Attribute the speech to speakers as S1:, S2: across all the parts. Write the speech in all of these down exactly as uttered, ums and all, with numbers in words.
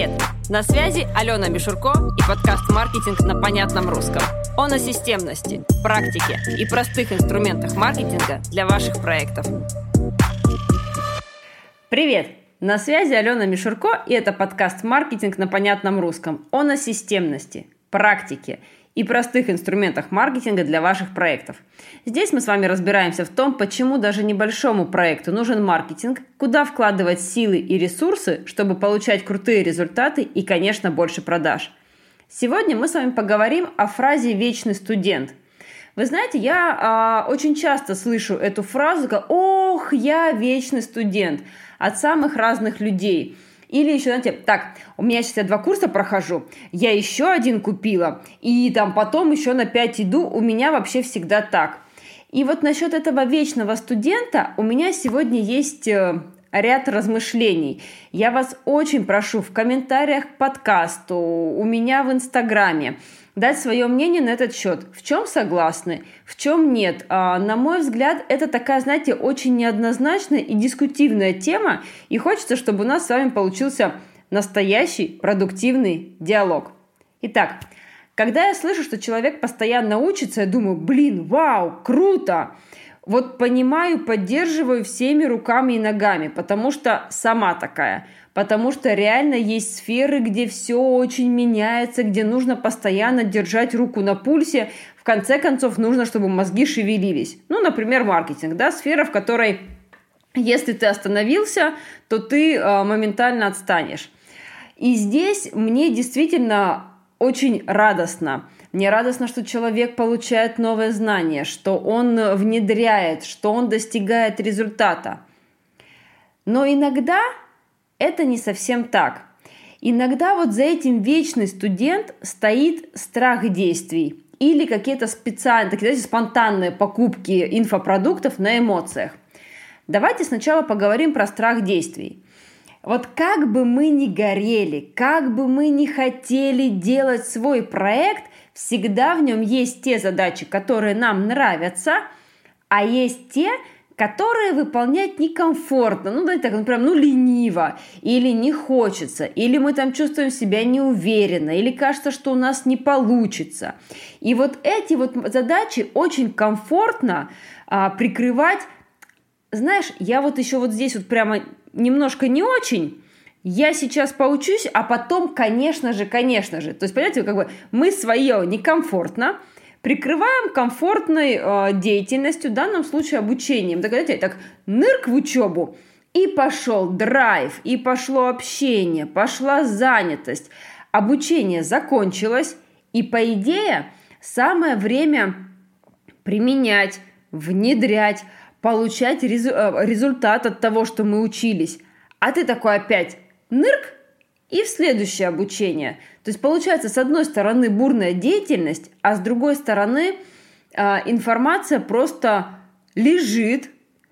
S1: Привет! На связи Алена Мишурко и подкаст «Маркетинг на понятном русском». Он о системности, практике и простых инструментах маркетинга для ваших проектов. Привет! На связи Алена Мишурко, и это подкаст «Маркетинг на понятном русском». Он о системности, практике и простых инструментах маркетинга для ваших проектов. Здесь мы с вами разбираемся в том, почему даже небольшому проекту нужен маркетинг, куда вкладывать силы и ресурсы, чтобы получать крутые результаты и, конечно, больше продаж. Сегодня мы с вами поговорим о фразе «вечный студент». Вы знаете, я э, очень часто слышу эту фразу, как «Ох, я вечный студент» от самых разных людей. Или еще, знаете, так, у меня сейчас я два курса прохожу, я еще один купила, и там потом еще на пять иду, у меня вообще всегда так. И вот насчет этого вечного студента у меня сегодня есть ряд размышлений. Я вас очень прошу в комментариях к подкасту, у меня в Инстаграме, дать свое мнение на этот счет. В чем согласны, в чем нет. А, на мой взгляд, это такая, знаете, очень неоднозначная и дискутивная тема, и хочется, чтобы у нас с вами получился настоящий продуктивный диалог. Итак, когда я слышу, что человек постоянно учится, я думаю, блин, вау, круто! Вот понимаю, поддерживаю всеми руками и ногами, потому что сама такая. Потому что реально есть сферы, где все очень меняется, где нужно постоянно держать руку на пульсе. В конце концов, нужно, чтобы мозги шевелились. Ну, например, маркетинг, да, сфера, в которой, если ты остановился, то ты э, моментально отстанешь. И здесь мне действительно очень радостно. Мне радостно, что человек получает новые знания, что он внедряет, что он достигает результата. Но иногда это не совсем так. Иногда вот за этим вечный студент стоит страх действий или какие-то специальные, такие, знаете, спонтанные покупки инфопродуктов на эмоциях. Давайте сначала поговорим про страх действий. Вот как бы мы ни горели, как бы мы ни хотели делать свой проект, всегда в нем есть те задачи, которые нам нравятся, а есть те, которые выполнять некомфортно, ну, давайте так, например, ну, лениво, или не хочется, или мы там чувствуем себя неуверенно, или кажется, что у нас не получится. И вот эти вот задачи очень комфортно а, прикрывать. Знаешь, я вот еще вот здесь вот прямо немножко не очень, я сейчас поучусь, а потом, конечно же, конечно же. То есть, понимаете, как бы мы свое некомфортно прикрываем комфортной э, деятельностью, в данном случае обучением. Так, знаете, так, нырк в учебу, и пошел драйв, и пошло общение, пошла занятость. Обучение закончилось, и, по идее, самое время применять, внедрять, получать резу- результат от того, что мы учились. А ты такой опять нырк и в следующее обучение. То есть получается, с одной стороны бурная деятельность, а с другой стороны э, информация просто лежит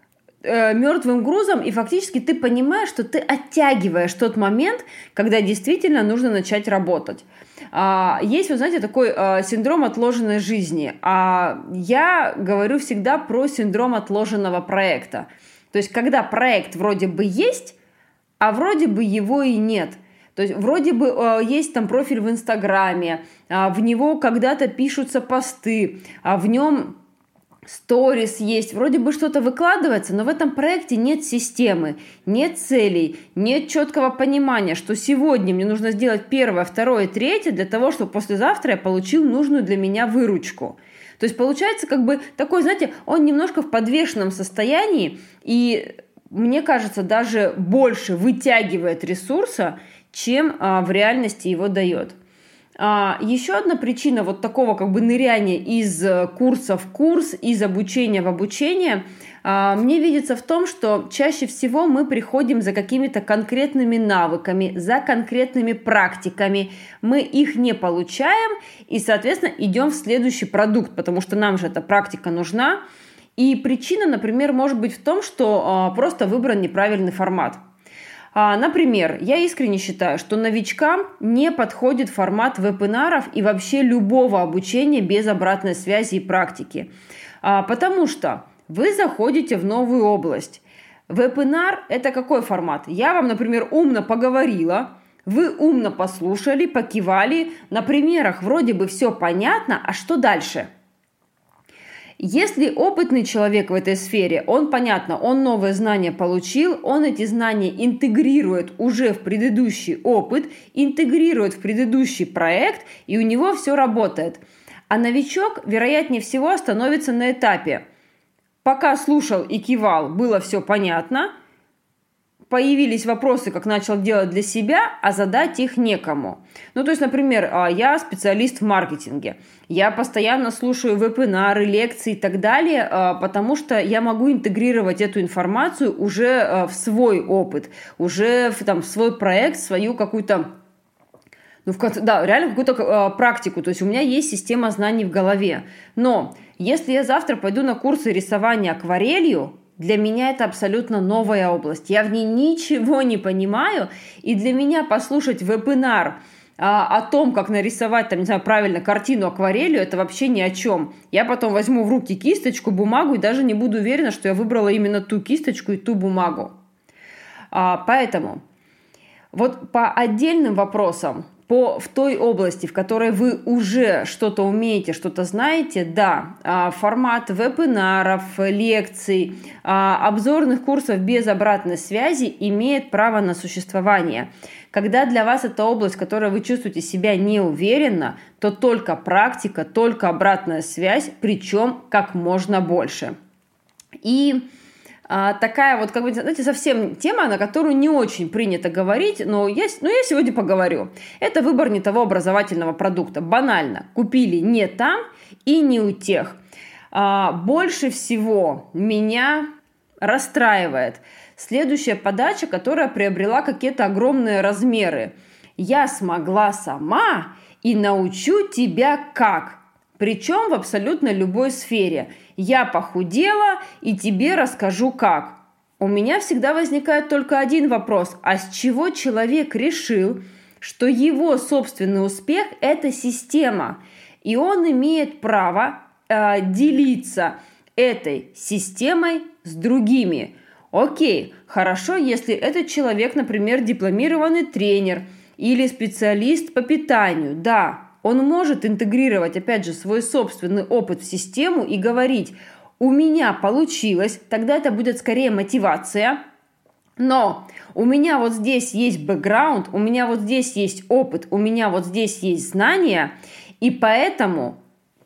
S1: э, мертвым грузом, и фактически ты понимаешь, что ты оттягиваешь тот момент, когда действительно нужно начать работать. А, есть, вы знаете, такой а, синдром отложенной жизни. А я говорю всегда про синдром отложенного проекта. То есть, когда проект вроде бы есть, а вроде бы его и нет. То есть, вроде бы а, есть там профиль в Инстаграме, а, в него когда-то пишутся посты, а в нем сторис есть, вроде бы что-то выкладывается, но в этом проекте нет системы, нет целей, нет четкого понимания, что сегодня мне нужно сделать первое, второе, третье для того, чтобы послезавтра я получил нужную для меня выручку. То есть получается как бы такой, знаете, он немножко в подвешенном состоянии и, мне кажется, даже больше вытягивает ресурса, чем а, в реальности его дает. А, еще одна причина вот такого как бы ныряния из курса в курс, из обучения в обучение, а, мне видится в том, что чаще всего мы приходим за какими-то конкретными навыками, за конкретными практиками, мы их не получаем и, соответственно, идем в следующий продукт, потому что нам же эта практика нужна. И причина, например, может быть в том, что а, просто выбран неправильный формат. Например, я искренне считаю, что новичкам не подходит формат вебинаров и вообще любого обучения без обратной связи и практики. Потому что вы заходите в новую область. Вебинар – это какой формат? Я вам, например, умно поговорила, Вы умно послушали, покивали, на примерах вроде бы все понятно, а что дальше? Если опытный человек в этой сфере, он, понятно, он новые знания получил, он эти знания интегрирует уже в предыдущий опыт, интегрирует в предыдущий проект, и у него все работает. А новичок, вероятнее всего, остановится на этапе. Пока слушал и кивал, было все понятно, появились вопросы, как начал делать для себя, а задать их некому. Ну, то есть, например, я специалист в маркетинге. Я постоянно слушаю вебинары, лекции и так далее, потому что я могу интегрировать эту информацию уже в свой опыт, уже в, там, в свой проект, в свою какую-то, ну, в, да, реально какую-то практику. То есть у меня есть система знаний в голове. Но если я завтра пойду на курсы рисования акварелью, для меня это абсолютно новая область. Я в ней ничего не понимаю. И для меня послушать вебинар а, о том, как нарисовать, там, не знаю, правильно картину акварелью, это вообще ни о чем. Я потом возьму в руки кисточку, бумагу и даже не буду уверена, что я выбрала именно ту кисточку и ту бумагу. А, поэтому вот по отдельным вопросам, по, в той области, в которой вы уже что-то умеете, что-то знаете, да, формат вебинаров, лекций, обзорных курсов без обратной связи имеет право на существование. Когда для вас это область, в которой вы чувствуете себя неуверенно, то только практика, только обратная связь, причем как можно больше. И А, такая вот, как бы, знаете, совсем тема, на которую не очень принято говорить, но я, но я сегодня поговорю. Это выбор не того образовательного продукта. Банально. Купили не там и не у тех. А, больше всего меня расстраивает следующая подача, которая приобрела какие-то огромные размеры. Я смогла сама и научу тебя как. Причем в абсолютно любой сфере. Я похудела и тебе расскажу как. У меня всегда возникает только один вопрос. А с чего человек решил, что его собственный успех – это система? И он имеет право э, делиться этой системой с другими. Окей, хорошо, если этот человек, например, дипломированный тренер или специалист по питанию. Да, он может интегрировать, опять же, свой собственный опыт в систему и говорить: у меня получилось, тогда это будет скорее мотивация, но у меня вот здесь есть бэкграунд, у меня вот здесь есть опыт, у меня вот здесь есть знания, и поэтому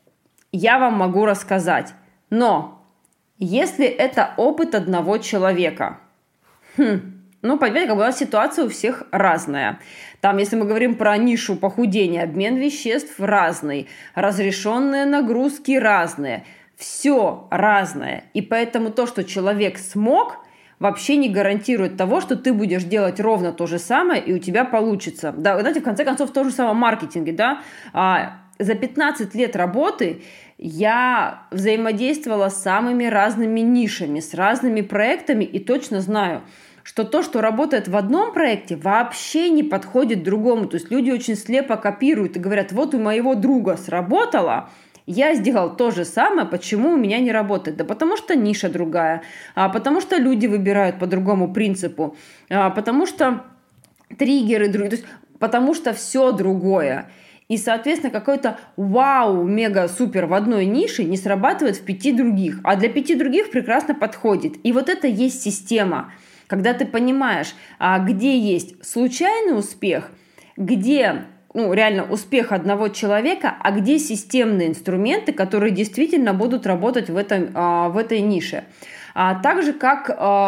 S1: я вам могу рассказать. Но если это опыт одного человека, хм, ну, понимаете, как бы у нас ситуация у всех разная. Там, если мы говорим про нишу похудения, обмен веществ разный, разрешенные нагрузки разные, все разное. И поэтому то, что человек смог, вообще не гарантирует того, что ты будешь делать ровно то же самое, и у тебя получится. Да, знаете, в конце концов, то же самое в маркетинге, да. А, за пятнадцать лет работы я взаимодействовала с самыми разными нишами, с разными проектами, и точно знаю, что то, что работает в одном проекте, вообще не подходит другому. То есть люди очень слепо копируют и говорят: вот у моего друга сработало, я сделал то же самое, почему у меня не работает? Да потому что ниша другая, а потому что люди выбирают по другому принципу, а потому что триггеры другие, то есть потому что все другое. И, соответственно, какой-то вау, мега-супер в одной нише не срабатывает в пяти других, а для пяти других прекрасно подходит. И вот это есть система. Когда ты понимаешь, где есть случайный успех, где ну, реально успех одного человека, а где системные инструменты, которые действительно будут работать в, этом, в этой нише. Так же, как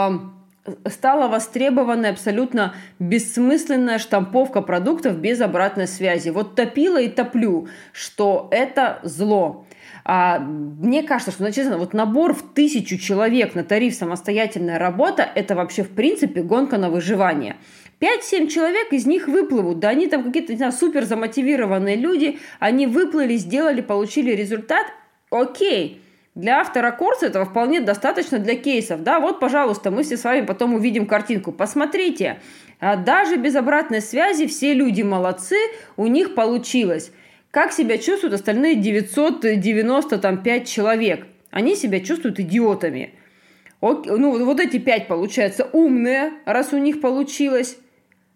S1: стала востребованной абсолютно бессмысленная штамповка продуктов без обратной связи. Вот топила и топлю, что это зло. А, мне кажется, что, ну, честно, вот набор в тысячу человек на тариф «Самостоятельная работа» – это вообще, в принципе, гонка на выживание. пять-семь человек из них выплывут, да, они там какие-то, не знаю, супер замотивированные люди, они выплыли, сделали, получили результат, окей. Для автора курса этого вполне достаточно для кейсов, да, вот, пожалуйста, мы все с вами потом увидим картинку, посмотрите, даже без обратной связи все люди молодцы, у них получилось. Как себя чувствуют остальные девятьсот девяносто пять человек? Они себя чувствуют идиотами. Ну, вот эти пять, получается, умные, раз у них получилось.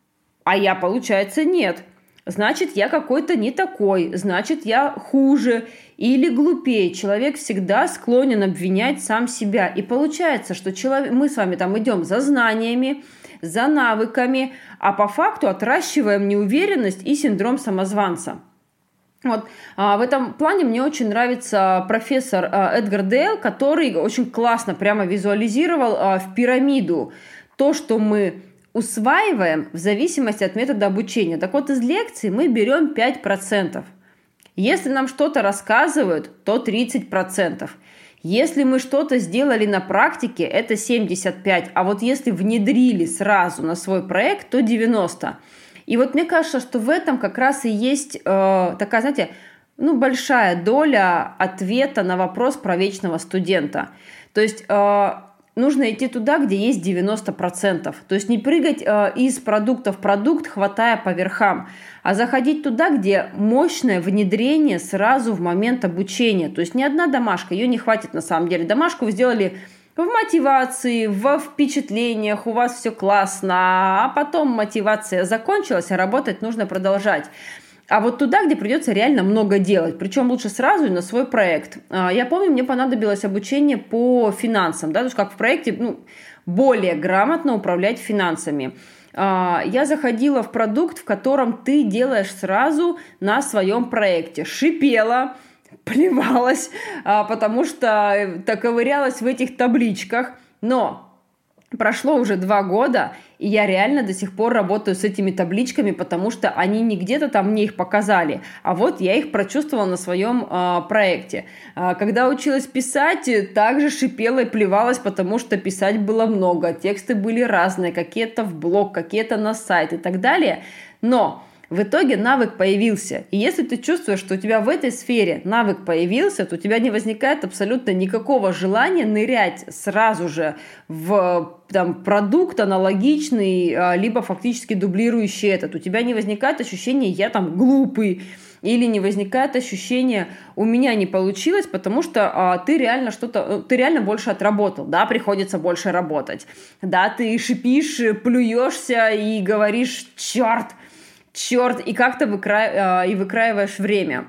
S1: а я, получается, нет. Значит, я какой-то не такой, значит, я хуже или глупее. Человек всегда склонен обвинять сам себя. И получается, что человек, мы с вами там идем за знаниями, за навыками, а по факту отращиваем неуверенность и синдром самозванца. Вот. А в этом плане мне очень нравится профессор Эдгар Дейл, который очень классно прямо визуализировал в пирамиду то, что мы усваиваем в зависимости от метода обучения. Так вот, из лекции мы берем пять процентов. Если нам что-то рассказывают, то тридцать процентов. Если мы что-то сделали на практике, это семьдесят пять процентов. А вот если внедрили сразу на свой проект, то девяносто процентов. И вот мне кажется, что в этом как раз и есть э, такая, знаете, ну, большая доля ответа на вопрос про вечного студента. То есть э, нужно идти туда, где есть девяносто процентов. То есть не прыгать э, из продукта в продукт, хватая по верхам, а заходить туда, где мощное внедрение сразу в момент обучения. То есть ни одна домашка, ее не хватит на самом деле. Домашку вы сделали в мотивации, во впечатлениях, у вас все классно, а потом мотивация закончилась, а работать нужно продолжать. А вот туда, где придется реально много делать, причем лучше сразу и на свой проект. Я помню, мне понадобилось обучение по финансам, да, то есть как в проекте, ну, более грамотно управлять финансами. Я заходила в продукт, в котором ты делаешь сразу на своем проекте. Шипела, плевалась, потому что ковырялась в этих табличках. Но прошло уже два года, и я реально до сих пор работаю с этими табличками, потому что они не где-то там мне их показали, а вот я их прочувствовала на своем э, проекте. Э, когда училась писать, также шипела и плевалась, потому что писать было много, тексты были разные, какие-то в блог, какие-то на сайт и так далее. Но в итоге навык появился. И если ты чувствуешь, что у тебя в этой сфере навык появился, то у тебя не возникает абсолютно никакого желания нырять сразу же в там, продукт аналогичный, либо фактически дублирующий этот. У тебя не возникает ощущения «я там глупый», или не возникает ощущение «у меня не получилось», потому что а, ты реально что-то, ты реально больше отработал, да, приходится больше работать, да, ты шипишь, плюешься и говоришь «черт», черт, и как-то выкра... и выкраиваешь время.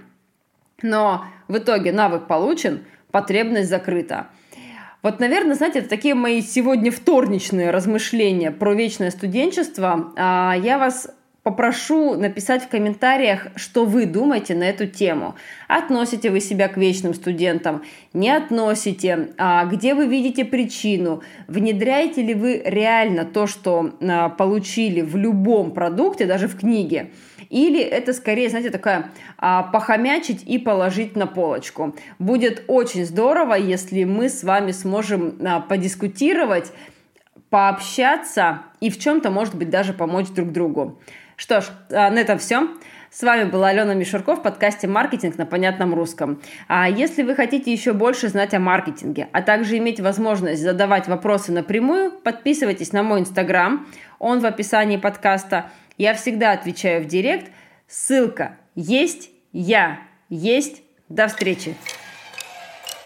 S1: Но в итоге навык получен, потребность закрыта. Вот, наверное, знаете, это такие мои сегодня вторничные размышления про вечное студенчество. Я вас попрошу написать в комментариях, что вы думаете на эту тему. Относите вы себя к вечным студентам, не относите, где вы видите причину, внедряете ли вы реально то, что получили в любом продукте, даже в книге, или это скорее, знаете, такая похомячить и положить на полочку. Будет очень здорово, если мы с вами сможем подискутировать, пообщаться и в чем-то, может быть, даже помочь друг другу. Что ж, на этом все. С вами была Алена Мишурко в подкасте «Маркетинг на понятном русском». А если вы хотите еще больше знать о маркетинге, а также иметь возможность задавать вопросы напрямую, подписывайтесь на мой инстаграм, он в описании подкаста. Я всегда отвечаю в директ. Ссылка есть, я есть. До встречи!